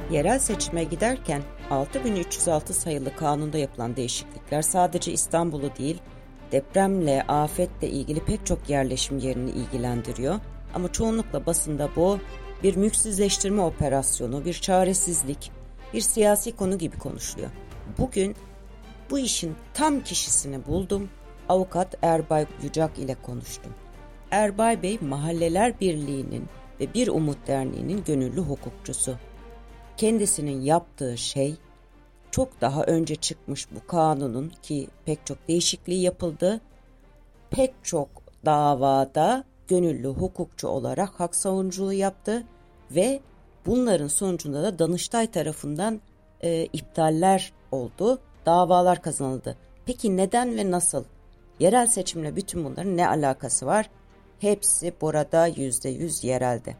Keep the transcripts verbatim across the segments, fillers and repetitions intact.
Yerel seçime giderken altı bin üç yüz altı sayılı kanunda yapılan değişiklikler sadece İstanbul'u değil, depremle, afetle ilgili pek çok yerleşim yerini ilgilendiriyor. Ama çoğunlukla basında bu bir mülksüzleştirme operasyonu, bir çaresizlik, bir siyasi konu gibi konuşuluyor. Bugün bu işin tam kişisini buldum. Avukat Erbay Yücak ile konuştum. Erbay Bey, Mahalleler Birliği'nin ve Bir Umut Derneği'nin gönüllü hukukçusu. Kendisinin yaptığı şey çok daha önce çıkmış bu kanunun, ki pek çok değişikliği yapıldı. Pek çok davada gönüllü hukukçu olarak hak savunuculuğu yaptı ve bunların sonucunda da Danıştay tarafından e, iptaller oldu, davalar kazanıldı. Peki neden ve nasıl? Yerel seçimle bütün bunların ne alakası var? Hepsi burada yüzde yüz yerelde.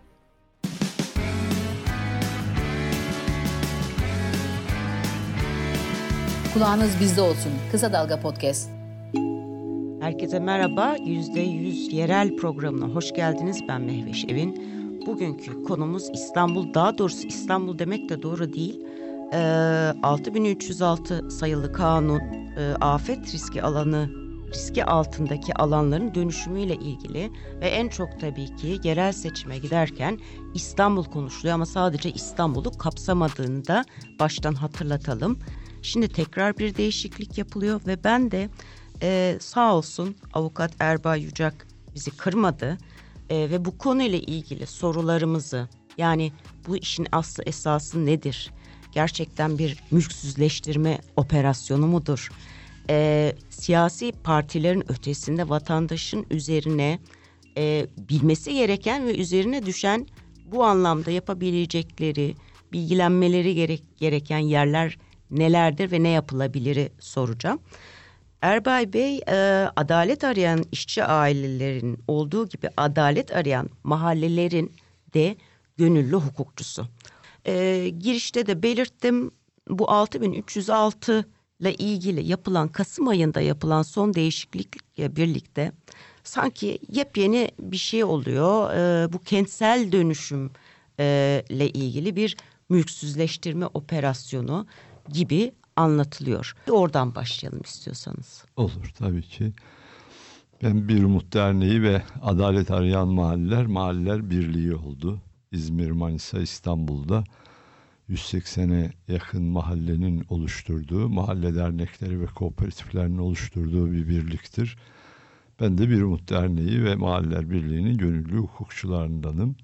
Kulağınız bizde olsun. Kısa Dalga Podcast. Herkese merhaba. yüzde yüz yerel programına hoş geldiniz. Ben Mehveş Evin. Bugünkü konumuz İstanbul. Daha doğrusu İstanbul demek de doğru değil. Ee, altı bin üç yüz altı sayılı kanun e, afet riski alanı, riski altındaki alanların dönüşümüyle ilgili ve en çok tabii ki yerel seçime giderken İstanbul konuşuluyor ama sadece İstanbul'u kapsamadığını da baştan hatırlatalım. Şimdi tekrar bir değişiklik yapılıyor ve ben de e, sağ olsun avukat Erbay Yücak bizi kırmadı e, ve bu konuyla ilgili sorularımızı, yani bu işin aslı esası nedir? Gerçekten bir mülksüzleştirme operasyonu mudur? E, siyasi partilerin ötesinde vatandaşın üzerine e, bilmesi gereken ve üzerine düşen bu anlamda yapabilecekleri, bilgilenmeleri gerek, gereken yerler nelerdir ve ne yapılabiliri soracağım. Erbay Bey, e, adalet arayan işçi ailelerin olduğu gibi adalet arayan mahallelerin de gönüllü hukukçusu. E, girişte de belirttim, bu altı bin üç yüz altı ile ilgili yapılan, Kasım ayında yapılan son değişiklikle birlikte sanki yepyeni bir şey oluyor. E, bu kentsel dönüşüm e, ile ilgili bir mülksüzleştirme operasyonu gibi anlatılıyor. Oradan başlayalım istiyorsanız. Olur tabii ki. Ben Bir Umut Derneği ve Adalet Arayan Mahalleler, Mahalleler Birliği oldu. İzmir, Manisa, İstanbul'da yüz seksene yakın mahallenin oluşturduğu, mahalle dernekleri ve kooperatiflerin oluşturduğu bir birliktir. Ben de Bir Umut Derneği ve Mahalleler Birliği'nin gönüllü hukukçularındanım.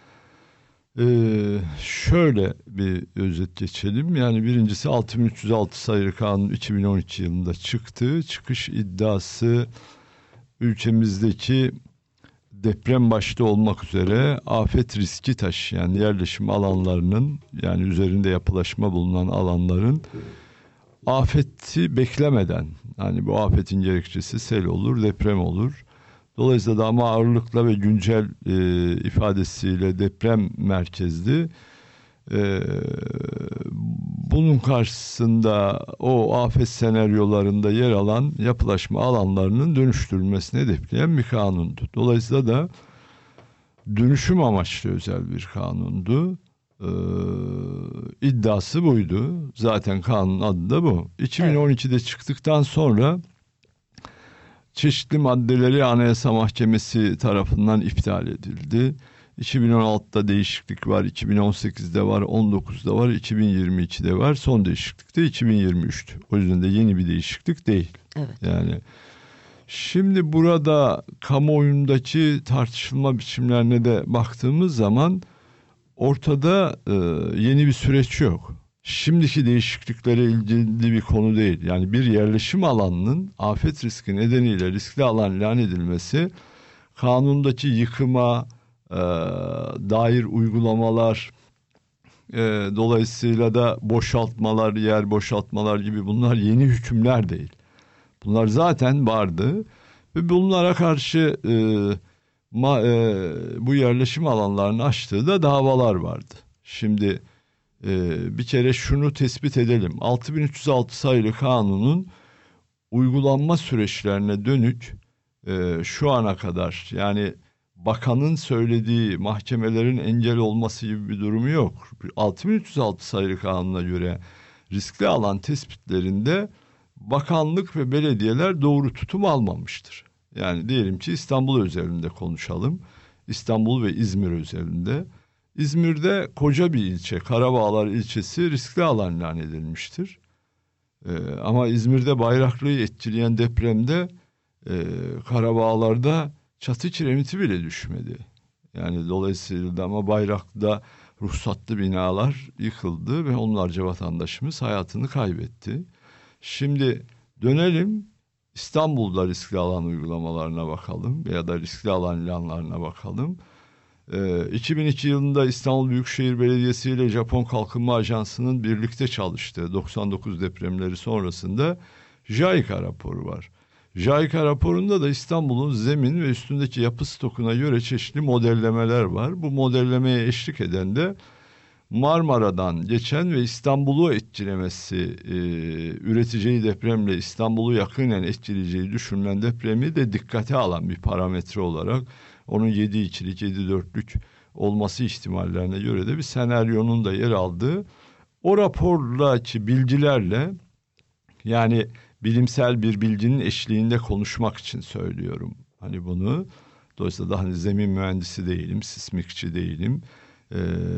Ee, şöyle bir özet geçelim. Yani birincisi altı bin üç yüz altı sayılı kanun iki bin on üç yılında çıktı. Çıkış iddiası ülkemizdeki deprem başta olmak üzere afet riski taşıyan yerleşim alanlarının, yani üzerinde yapılaşma bulunan alanların afeti beklemeden, hani bu afetin gerekçesi sel olur, deprem olur. Dolayısıyla da ama ağırlıkla ve güncel e, ifadesiyle deprem merkezli. E, bunun karşısında o afet senaryolarında yer alan yapılaşma alanlarının dönüştürülmesini hedefleyen bir kanundu. Dolayısıyla da dönüşüm amaçlı özel bir kanundu. E, iddiası buydu. Zaten kanunun adı da bu. iki bin on ikide evet. Çıktıktan sonra çeşitli maddeleri Anayasa Mahkemesi tarafından iptal edildi. iki bin on altıda değişiklik var, iki bin on sekizde var, on dokuzda var, iki bin yirmi ikide var. Son değişiklik de iki bin yirmi üçtü. O yüzden de yeni bir değişiklik değil. Evet. Yani şimdi burada kamuoyundaki tartışılma biçimlerine de baktığımız zaman ortada e, yeni bir süreç yok. Şimdiki değişikliklere ilgili bir konu değil. Yani bir yerleşim alanının afet riski nedeniyle riskli alan ilan edilmesi, kanundaki yıkıma e, dair uygulamalar, e, dolayısıyla da boşaltmalar, yer boşaltmalar gibi bunlar yeni hükümler değil. Bunlar zaten vardı ve bunlara karşı e, ma, e, bu yerleşim alanlarını açtığı da davalar vardı. Şimdi Ee, bir kere şunu tespit edelim. altı bin üç yüz altı sayılı kanunun uygulanma süreçlerine dönük e, şu ana kadar, yani bakanın söylediği mahkemelerin engel olması gibi bir durumu yok. altı bin üç yüz altı sayılı kanuna göre riskli alan tespitlerinde bakanlık ve belediyeler doğru tutum almamıştır. Yani diyelim ki İstanbul özelinde konuşalım. İstanbul ve İzmir özelinde. İzmir'de koca bir ilçe, Karabağlar ilçesi riskli alan ilan edilmiştir. Ee, ama İzmir'de Bayraklı'yı etkileyen depremde e, Karabağlar'da çatı kiremiti bile düşmedi. Yani dolayısıyla da ama Bayraklı'da ruhsatlı binalar yıkıldı ve onlarca vatandaşımız hayatını kaybetti. Şimdi dönelim İstanbul'da riskli alan uygulamalarına bakalım veya da riskli alan ilanlarına bakalım. Ee, iki bin iki yılında İstanbul Büyükşehir Belediyesi ile Japon Kalkınma Ajansı'nın birlikte çalıştığı doksan dokuz depremleri sonrasında JICA raporu var. JICA raporunda da İstanbul'un zemin ve üstündeki yapı stokuna göre çeşitli modellemeler var. Bu modellemeye eşlik eden de Marmara'dan geçen ve İstanbul'u etkilemesi, e, üreteceği depremle İstanbul'u yakinen etkileyeceği düşünülen depremi de dikkate alan bir parametre olarak onun yedi ikilik, yedi dörtlük olması ihtimallerine göre de bir senaryonun da yer aldığı o rapordaki bilgilerle, yani bilimsel bir bilginin eşliğinde konuşmak için söylüyorum hani bunu. Dolayısıyla da hani zemin mühendisi değilim, sismikçi değilim. Ee,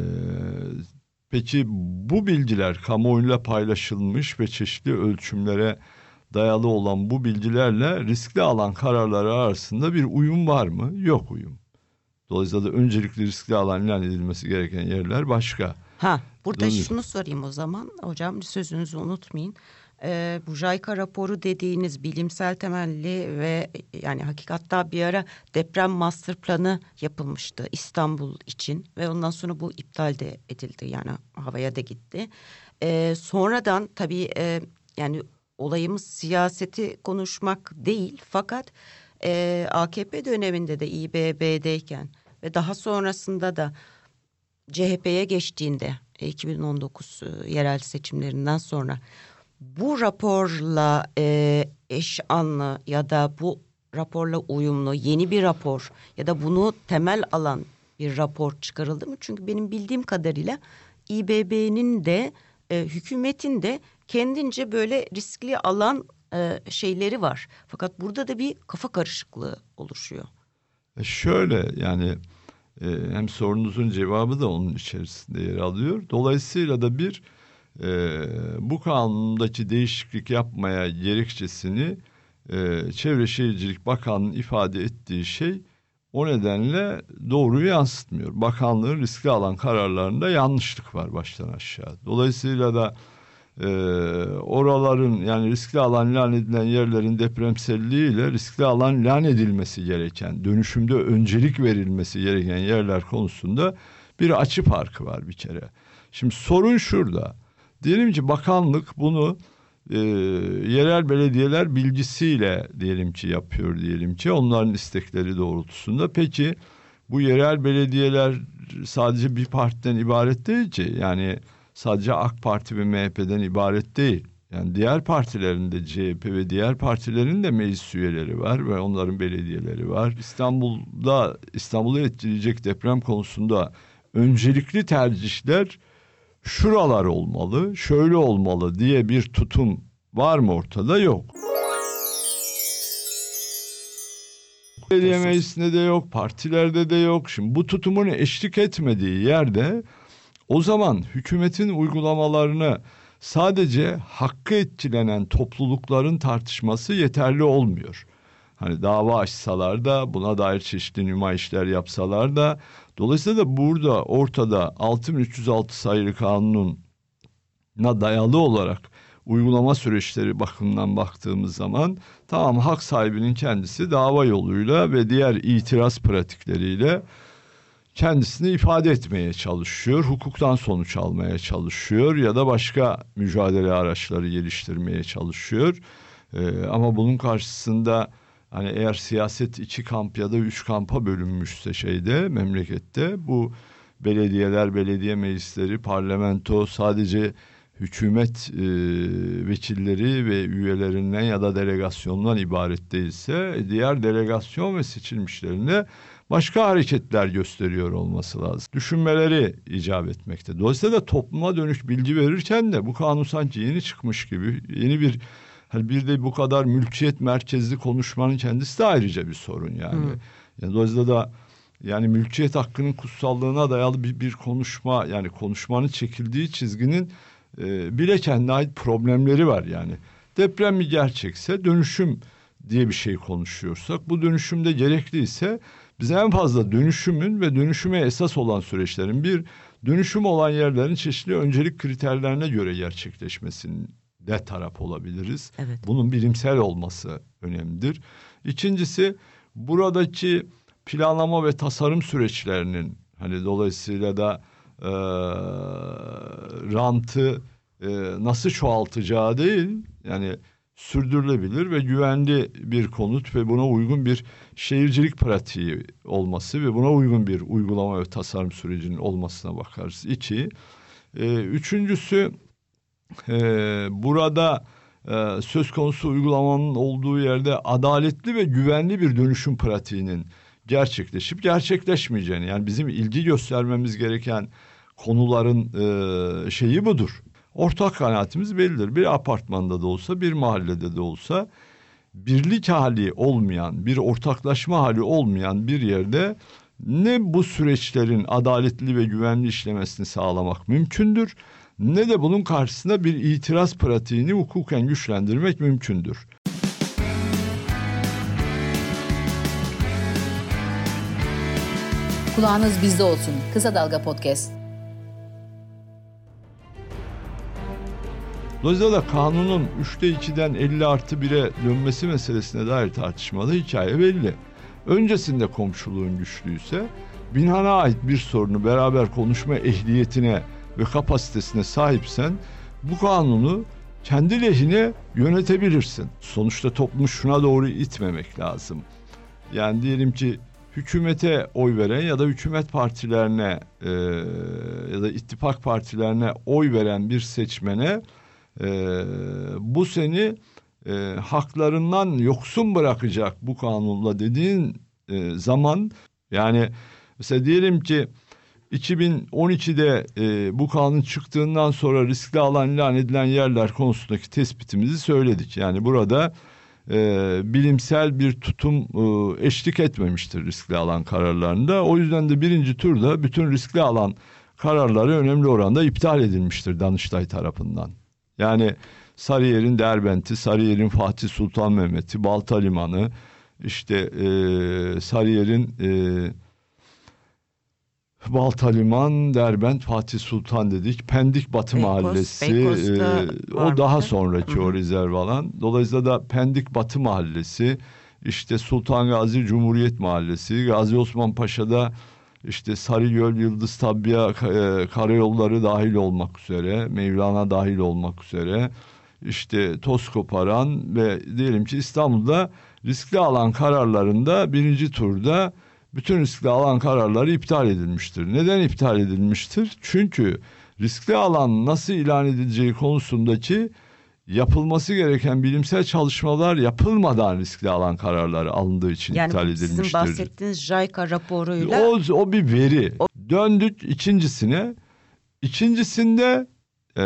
peki bu bilgiler kamuoyuyla paylaşılmış ve çeşitli ölçümlere dayalı olan bu bilgilerle riskli alan kararları arasında bir uyum var mı? Yok uyum. Dolayısıyla da öncelikli riskli alan ilan edilmesi gereken yerler başka. Ha, burada Dolayısıyla... şunu sorayım o zaman. Hocam sözünüzü unutmayın. Ee, bu JICA raporu dediğiniz bilimsel temelli ve yani hakikatta bir ara deprem master planı yapılmıştı İstanbul için ve ondan sonra bu iptal de edildi, yani havaya da gitti. Ee, sonradan tabii e, yani olayımız siyaseti konuşmak değil, fakat e, A K P döneminde de İ B B'deyken ve daha sonrasında da C H P'ye geçtiğinde iki bin on dokuz e, yerel seçimlerinden sonra bu raporla e, eş anlı ya da bu raporla uyumlu yeni bir rapor ya da bunu temel alan bir rapor çıkarıldı mı? Çünkü benim bildiğim kadarıyla İ B B'nin de e, hükümetin de kendince böyle riskli alan e, şeyleri var. Fakat burada da bir kafa karışıklığı oluşuyor. E şöyle yani e, hem sorunuzun cevabı da onun içerisinde yer alıyor. Dolayısıyla da bir e, bu kanundaki değişiklik yapmaya gerekçesini e, Çevre Şehircilik Bakanlığı'nın ifade ettiği şey o nedenle doğruyu yansıtmıyor. Bakanlığın riskli alan kararlarında yanlışlık var baştan aşağı. Dolayısıyla da e, oraların yani riskli alan ilan edilen yerlerin depremselliğiyle riskli alan ilan edilmesi gereken, dönüşümde öncelik verilmesi gereken yerler konusunda bir açı farkı var bir kere. Şimdi sorun şurada. Diyelim ki bakanlık bunu e, yerel belediyeler bilgisiyle diyelim ki yapıyor diyelim ki onların istekleri doğrultusunda. Peki bu yerel belediyeler sadece bir partiden ibaret değil ki, yani sadece AK Parti ve M H P'den ibaret değil. Yani diğer partilerin de C H P ve diğer partilerin de meclis üyeleri var ve onların belediyeleri var. İstanbul'da İstanbul'u etkileyecek deprem konusunda öncelikli tercihler şuralar olmalı, şöyle olmalı diye bir tutum var mı ortada? Yok. Belediye meclisinde de yok, partilerde de yok. Şimdi bu tutumun eşlik etmediği yerde o zaman hükümetin uygulamalarını sadece hakkı etkilenen toplulukların tartışması yeterli olmuyor. Hani dava açsalar da buna dair çeşitli nümayişler yapsalar da dolayısıyla da burada ortada altı bin üç yüz altı sayılı kanununa dayalı olarak uygulama süreçleri bakımından baktığımız zaman tamam hak sahibinin kendisi dava yoluyla ve diğer itiraz pratikleriyle kendisini ifade etmeye çalışıyor, hukuktan sonuç almaya çalışıyor ya da başka mücadele araçları geliştirmeye çalışıyor. Ee, ama bunun karşısında hani eğer siyaset iki kamp ya da üç kampa bölünmüşse şeyde memlekette bu belediyeler, belediye meclisleri, parlamento sadece hükümet e, vekilleri ve üyelerinden ya da delegasyondan ibaret değilse diğer delegasyon ve seçilmişlerine başka hareketler gösteriyor olması lazım. Düşünmeleri icap etmekte. Dolayısıyla da topluma dönük bilgi verirken de bu kanun sanki yeni çıkmış gibi, yeni bir, hani bir de bu kadar mülkiyet merkezli konuşmanın kendisi de ayrıca bir sorun yani. Hmm. Yani dolayısıyla da yani mülkiyet hakkının kutsallığına dayalı bir, bir konuşma, yani konuşmanın çekildiği çizginin e, bile kendine ait problemleri var yani. Deprem bir gerçekse, dönüşüm diye bir şey konuşuyorsak, bu dönüşümde gerekliyse biz en fazla dönüşümün ve dönüşüme esas olan süreçlerin, bir dönüşüm olan yerlerin çeşitli öncelik kriterlerine göre gerçekleşmesinde taraf olabiliriz. Evet. Bunun bilimsel olması önemlidir. İkincisi, buradaki planlama ve tasarım süreçlerinin, hani dolayısıyla da e, rantı e, nasıl çoğaltacağı değil, yani sürdürülebilir ve güvenli bir konut ve buna uygun bir şehircilik pratiği olması ve buna uygun bir uygulama ve tasarım sürecinin olmasına bakarız. İki, e, üçüncüsü e, burada e, söz konusu uygulamanın olduğu yerde adaletli ve güvenli bir dönüşüm pratiğinin gerçekleşip gerçekleşmeyeceğini, yani bizim ilgi göstermemiz gereken konuların e, şeyi budur. Ortak kanaatimiz bellidir. Bir apartmanda da olsa, bir mahallede de olsa, birlik hali olmayan, bir ortaklaşma hali olmayan bir yerde ne bu süreçlerin adaletli ve güvenli işlemesini sağlamak mümkündür, ne de bunun karşısında bir itiraz pratiğini hukuken güçlendirmek mümkündür. Kulağınız bizde olsun. Kısa Dalga Podcast. Dolayısıyla da kanunun üçte ikiden elli artı bire dönmesi meselesine dair tartışmalı hikaye belli. Öncesinde komşuluğun güçlüyse, binana ait bir sorunu beraber konuşma ehliyetine ve kapasitesine sahipsen, bu kanunu kendi lehine yönetebilirsin. Sonuçta toplumu şuna doğru itmemek lazım. Yani diyelim ki hükümete oy veren ya da hükümet partilerine e, ya da ittifak partilerine oy veren bir seçmene e, bu seni e, haklarından yoksun bırakacak bu kanunla dediğin e, zaman, yani mesela diyelim ki iki bin on ikide e, bu kanun çıktığından sonra riskli alan ilan edilen yerler konusundaki tespitimizi söyledik. Yani burada e, bilimsel bir tutum e, eşlik etmemiştir riskli alan kararlarında. O yüzden de birinci turda bütün riskli alan kararları önemli oranda iptal edilmiştir Danıştay tarafından. Yani Sarıyer'in Derbent'i, Sarıyer'in Fatih Sultan Mehmet'i, Balta Limanı, işte e, Sarıyer'in e, Balta Liman, Derbent, Fatih Sultan dedik. Pendik Batı Beykoz, Mahallesi, e, o daha sonraki Hı-hı. o rezerv alan. Dolayısıyla da Pendik Batı Mahallesi, işte Sultan Gazi Cumhuriyet Mahallesi, Gazi Osman Paşa'da işte Sarıgöl, Yıldız Tabbiya e, karayolları dahil olmak üzere, Mevlana dahil olmak üzere, işte Tozkoparan ve diyelim ki İstanbul'da riskli alan kararlarında birinci turda bütün riskli alan kararları iptal edilmiştir. Neden iptal edilmiştir? Çünkü riskli alan nasıl ilan edileceği konusundaki yapılması gereken bilimsel çalışmalar yapılmadan riskli alan kararları alındığı için yani iptal edilmiştir. Yani sizin bahsettiğiniz JICA raporuyla... O, o bir veri. O... Döndük ikincisine. İkincisinde e,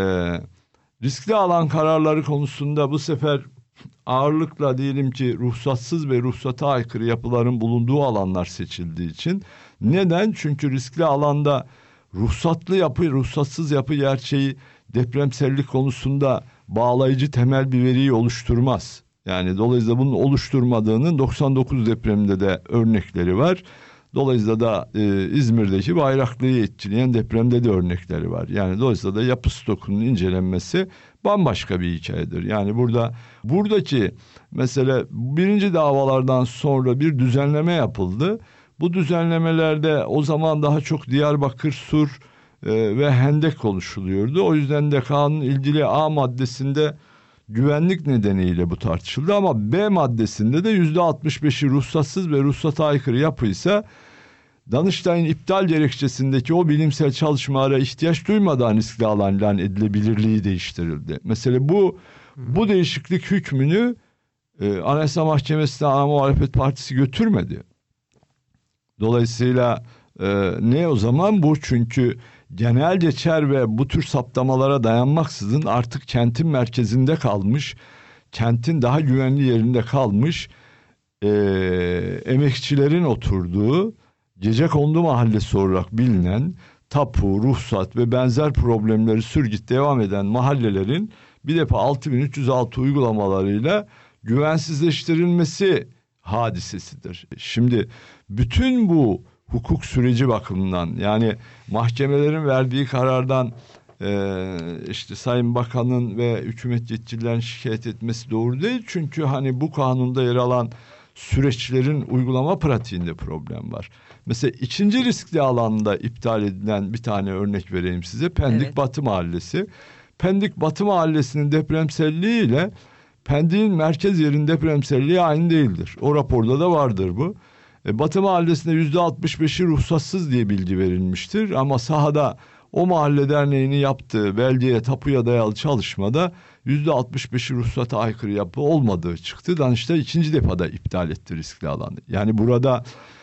riskli alan kararları konusunda bu sefer ağırlıkla diyelim ki ruhsatsız ve ruhsata aykırı yapıların bulunduğu alanlar seçildiği için. Neden? Çünkü riskli alanda ruhsatlı yapı, ruhsatsız yapı gerçeği depremsellik konusunda bağlayıcı temel bir veriyi oluşturmaz. Yani dolayısıyla bunun oluşturmadığının doksan dokuz depreminde de örnekleri var. Dolayısıyla da e, İzmir'deki Bayraklı'yı etkileyen depremde de örnekleri var. Yani dolayısıyla da yapı stokunun incelenmesi bambaşka bir hikayedir. Yani burada buradaki mesela birinci davalardan sonra bir düzenleme yapıldı. Bu düzenlemelerde o zaman daha çok Diyarbakır, Sur e, ve Hendek konuşuluyordu. O yüzden de kanunun ilgili A maddesinde güvenlik nedeniyle bu tartışıldı ama B maddesinde de yüzde altmış beşi ruhsatsız ve ruhsata aykırı yapıysa Danıştay'ın iptal gerekçesindeki o bilimsel çalışmalara ihtiyaç duymadan riskli alan ilan edilebilirliği değiştirildi. Mesela bu hmm. bu değişiklik hükmünü e, Anayasa Mahkemesi'ne ana muhalefet partisi götürmedi. Dolayısıyla e, ne o zaman bu? Çünkü genel geçer ve bu tür saptamalara dayanmaksızın artık kentin merkezinde kalmış, kentin daha güvenli yerinde kalmış e, emekçilerin oturduğu Gecekondu Mahallesi olarak bilinen tapu, ruhsat ve benzer problemleri sürgüt devam eden mahallelerin bir defa altı bin üç yüz altı uygulamalarıyla güvensizleştirilmesi hadisesidir. Şimdi bütün bu hukuk süreci bakımından, yani mahkemelerin verdiği karardan e, işte Sayın Bakan'ın ve hükümet yetkililerin şikayet etmesi doğru değil. Çünkü hani bu kanunda yer alan süreçlerin uygulama pratiğinde problem var. Mesela ikinci riskli alanda iptal edilen bir tane örnek vereyim size. Pendik evet. Batı Mahallesi. Pendik Batı Mahallesi'nin depremselliği ile Pendik'in merkez yerinin depremselliği aynı değildir. O raporda da vardır bu. E, Batı Mahallesi'nde yüzde altmış beşi ruhsatsız diye bilgi verilmiştir. Ama sahada o mahalle derneğinin yaptığı beldeye tapuya dayalı çalışmada yüzde altmış beşi ruhsata aykırı yapı olmadığı çıktı. Danıştay ikinci defada iptal etti riskli alanı. Yani burada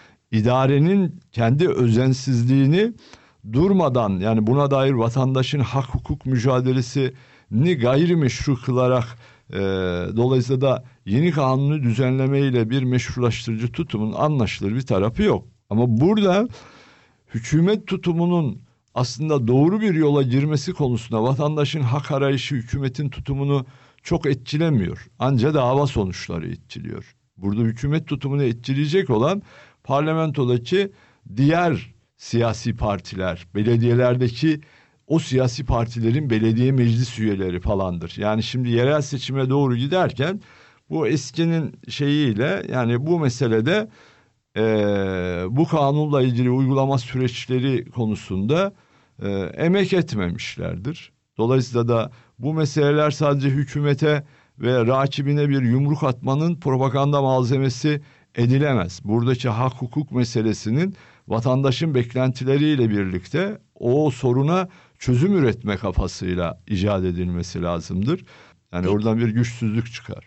idarenin kendi özensizliğini durmadan, yani buna dair vatandaşın hak hukuk mücadelesini gayrimeşru kılarak e, dolayısıyla da yeni kanunu düzenlemeyle bir meşrulaştırıcı tutumun anlaşılır bir tarafı yok. Ama burada hükümet tutumunun aslında doğru bir yola girmesi konusunda vatandaşın hak arayışı hükümetin tutumunu çok etkilemiyor. Ancak dava sonuçları etkiliyor. Burada hükümet tutumunu etkileyecek olan parlamentodaki diğer siyasi partiler, belediyelerdeki o siyasi partilerin belediye meclis üyeleri falandır. Yani şimdi yerel seçime doğru giderken bu eskinin şeyiyle, yani bu meselede e, bu kanunla ilgili uygulama süreçleri konusunda e, emek etmemişlerdir. Dolayısıyla da bu meseleler sadece hükümete ve rakibine bir yumruk atmanın propaganda malzemesi edilemez. Buradaki hak hukuk meselesinin vatandaşın beklentileriyle birlikte o soruna çözüm üretme kafasıyla icat edilmesi lazımdır. Yani Peki. Oradan bir güçsüzlük çıkar.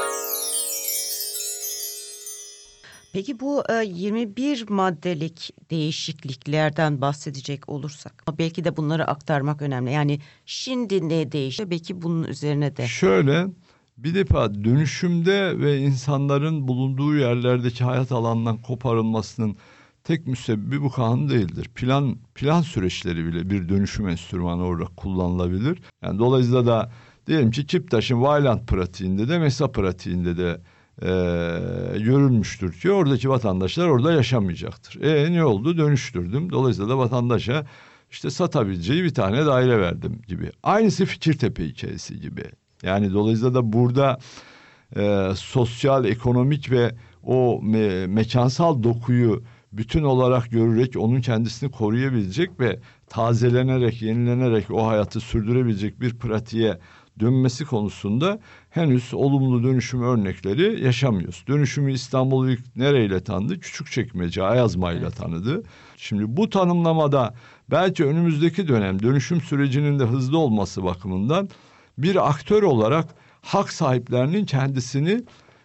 Peki bu yirmi bir maddelik değişikliklerden bahsedecek olursak, belki de bunları aktarmak önemli. Yani şimdi ne değişti? Belki bunun üzerine de. Şöyle, bir defa dönüşümde ve insanların bulunduğu yerlerdeki hayat alanından koparılmasının tek müsebbibi bu kanun değildir. Plan plan süreçleri bile bir dönüşüm enstrümanı olarak kullanılabilir. Yani dolayısıyla da diyelim ki Kiptaş'ın Vayland pratiğinde de Mesa pratiğinde de e, görülmüştür ki oradaki vatandaşlar orada yaşamayacaktır. E ne oldu? Dönüştürdüm. Dolayısıyla da vatandaşa işte satabileceği bir tane daire verdim gibi. Aynısı Fikirtepe hikayesi gibi. Yani dolayısıyla da burada e, sosyal, ekonomik ve o me- mekansal dokuyu bütün olarak görerek onun kendisini koruyabilecek ve tazelenerek, yenilenerek o hayatı sürdürebilecek bir pratiğe dönmesi konusunda henüz olumlu dönüşüm örnekleri yaşamıyoruz. Dönüşümü İstanbul ilk nereyle tanıdı? Küçükçekmece, Ayazma'yla evet. tanıdı. Şimdi bu tanımlamada belki önümüzdeki dönem dönüşüm sürecinin de hızlı olması bakımından bir aktör olarak hak sahiplerinin kendisini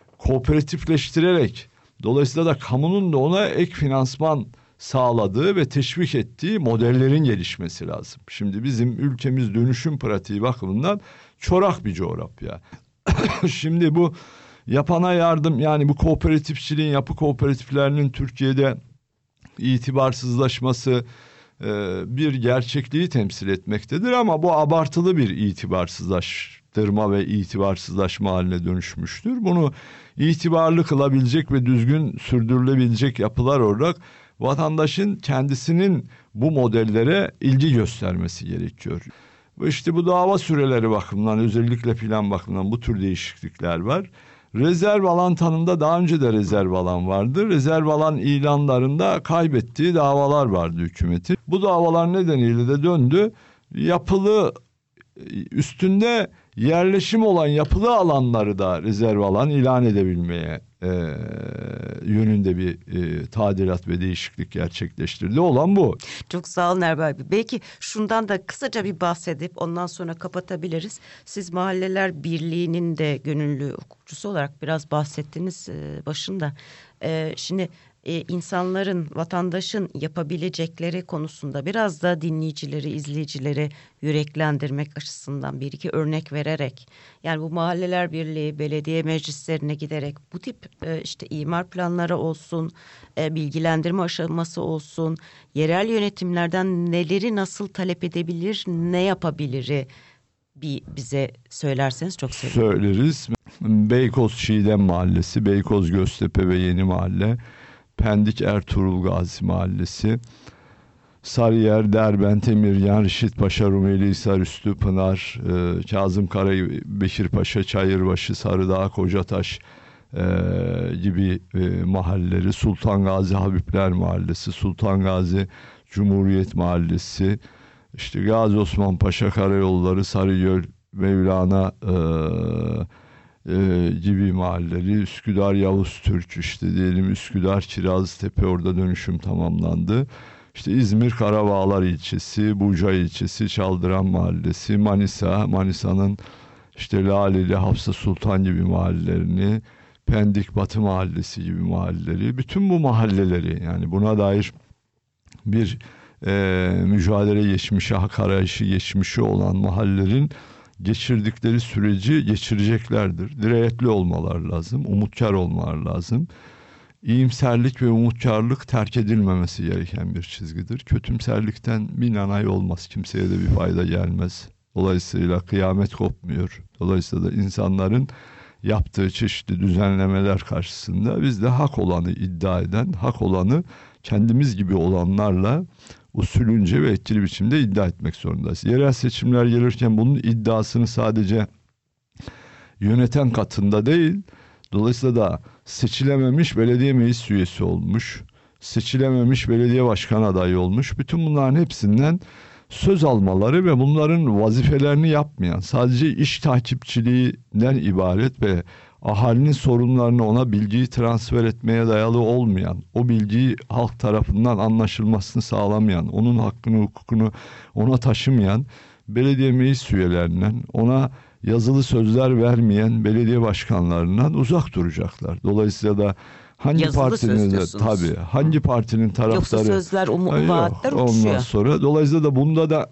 kooperatifleştirerek, dolayısıyla da kamunun da ona ek finansman sağladığı ve teşvik ettiği modellerin gelişmesi lazım. Şimdi bizim ülkemiz dönüşüm pratiği bakımından çorak bir coğrafya. Şimdi bu yapana yardım, yani bu kooperatifçiliğin, yapı kooperatiflerinin Türkiye'de itibarsızlaşması e, bir gerçekliği temsil etmektedir ama bu abartılı bir itibarsızlaştırma ve itibarsızlaşma haline dönüşmüştür. Bunu itibarlı kılabilecek ve düzgün sürdürülebilecek yapılar olarak vatandaşın kendisinin bu modellere ilgi göstermesi gerekiyor. İşte bu dava süreleri bakımından, özellikle plan bakımından bu tür değişiklikler var. Rezerv alan tanımda daha önce de rezerv alan vardı. Rezerv alan ilanlarında kaybettiği davalar vardı hükümetin. Bu davalar nedeniyle de döndü. Yapılı, üstünde yerleşim olan yapılı alanları da rezerv alan ilan edebilmeye e, yönünde bir e, tadilat ve değişiklik gerçekleştirdi. Olan bu. Çok sağ olun Erbay Bey. Belki şundan da kısaca bir bahsedip ondan sonra kapatabiliriz. Siz Mahalleler Birliği'nin de gönüllü hukukçusu olarak biraz bahsettiniz e, başında. E, şimdi e, insanların, vatandaşın yapabilecekleri konusunda biraz da dinleyicileri, izleyicileri yüreklendirmek açısından bir iki örnek vererek, yani bu mahalleler birliği, belediye meclislerine giderek bu tip e, işte imar planları olsun, e, bilgilendirme aşaması olsun, yerel yönetimlerden neleri nasıl talep edebilir, ne yapabiliri bir bize söylerseniz çok sevinirim. Söyleriz. Beykoz Çiğdem Mahallesi, Beykoz Göztepe ve Yeni Mahalle, Pendik Ertuğrul Gazi Mahallesi, Sarıyer, Derbent, Emirgan, Reşit Paşa, Rumeli Hisar, Üstü Pınar, e, Kazım Karayı, Bekirpaşa, Çayırbaşı, Sarıdağ, Kocataş e, gibi e, mahalleleri, Sultan Gazi Habibler Mahallesi, Sultan Gazi Cumhuriyet Mahallesi, işte Gazi Osman Paşa Karayolları, Sarıgöl, Mevlana e, e, gibi mahalleleri, Üsküdar Yavuz Türk, işte diyelim Üsküdar Kirazlıtepe, orada dönüşüm tamamlandı. İşte İzmir Karabağlar ilçesi, Buca ilçesi, Çaldıran Mahallesi, Manisa, Manisa'nın işte Laleli, Hafsa Sultan gibi mahallelerini, Pendik Batı Mahallesi gibi mahalleleri, bütün bu mahalleleri, yani buna dair bir e, mücadele geçmişi, hak arayışı geçmişi olan mahallelerin geçirdikleri süreci geçireceklerdir. Dirayetli olmalar lazım, umutkar olmalar lazım. İyimserlik ve umutkarlık terk edilmemesi gereken bir çizgidir. Kötümserlikten bir nanay olmaz. Kimseye de bir fayda gelmez. Dolayısıyla kıyamet kopmuyor. Dolayısıyla da insanların yaptığı çeşitli düzenlemeler karşısında biz de hak olanı iddia eden, hak olanı kendimiz gibi olanlarla usulünce ve etkili biçimde iddia etmek zorundayız. Yerel seçimler gelirken bunun iddiasını sadece yöneten katında değil, dolayısıyla da seçilememiş belediye meclis üyesi olmuş, seçilememiş belediye başkan adayı olmuş, bütün bunların hepsinden söz almaları ve bunların vazifelerini yapmayan, sadece iş takipçiliğinden ibaret ve ahalinin sorunlarını ona bilgiyi transfer etmeye dayalı olmayan, o bilgiyi halk tarafından anlaşılmasını sağlamayan, onun hakkını, hukukunu ona taşımayan belediye meclis üyelerinden, ona yazılı sözler vermeyen belediye başkanlarından uzak duracaklar. Dolayısıyla da hangi yazılı partinin de tabii hangi partinin taraftarı, yoksa sözler, um- vaatler uçuyor. Ondan sonra dolayısıyla da bunda da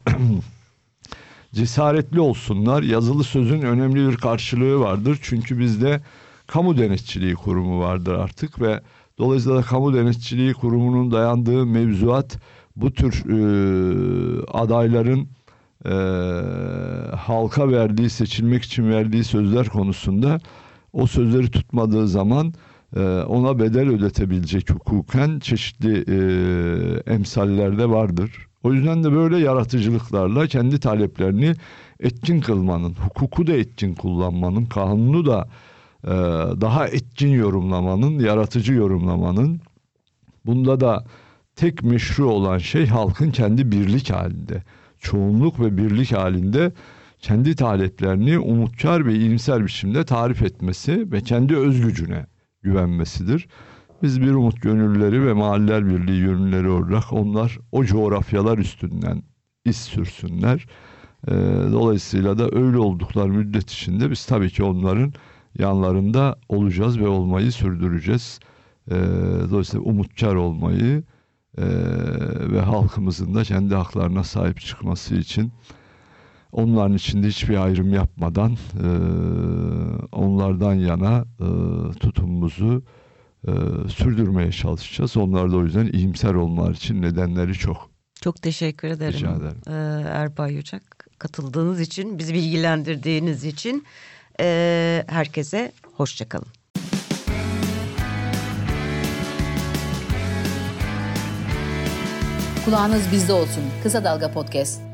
cesaretli olsunlar. Yazılı sözün önemli bir karşılığı vardır. Çünkü bizde kamu denetçiliği kurumu vardır artık ve dolayısıyla da kamu denetçiliği kurumunun dayandığı mevzuat bu tür e, adayların e, halka verdiği, seçilmek için verdiği sözler konusunda o sözleri tutmadığı zaman e, ona bedel ödetebilecek hukuken çeşitli e, emsallerde vardır. O yüzden de böyle yaratıcılıklarla kendi taleplerini etkin kılmanın, hukuku da etkin kullanmanın, kanunu da e, daha etkin yorumlamanın, yaratıcı yorumlamanın, bunda da tek meşru olan şey halkın kendi birlik halinde, çoğunluk ve birlik halinde kendi taleplerini umutkar ve iyimser biçimde tarif etmesi ve kendi özgücüne güvenmesidir. Biz bir umut gönülleri ve mahalleler birliği gönülleri olarak onlar o coğrafyalar üstünden iz sürsünler. Ee, dolayısıyla da öyle oldukları müddet içinde biz tabii ki onların yanlarında olacağız ve olmayı sürdüreceğiz. Ee, dolayısıyla umutkar olmayı e, ve halkımızın da kendi haklarına sahip çıkması için onların içinde hiçbir ayrım yapmadan e, onlardan yana e, tutumumuzu e, sürdürmeye çalışacağız. Onlar da o yüzden iyimser olmaları için nedenleri çok. Çok teşekkür ederim. Rica ederim. Ee, Erbay Yücek, katıldığınız için, bizi bilgilendirdiğiniz için e, herkese hoşça kalın. Kulağınız bizde olsun. Kısa Dalga Podcast.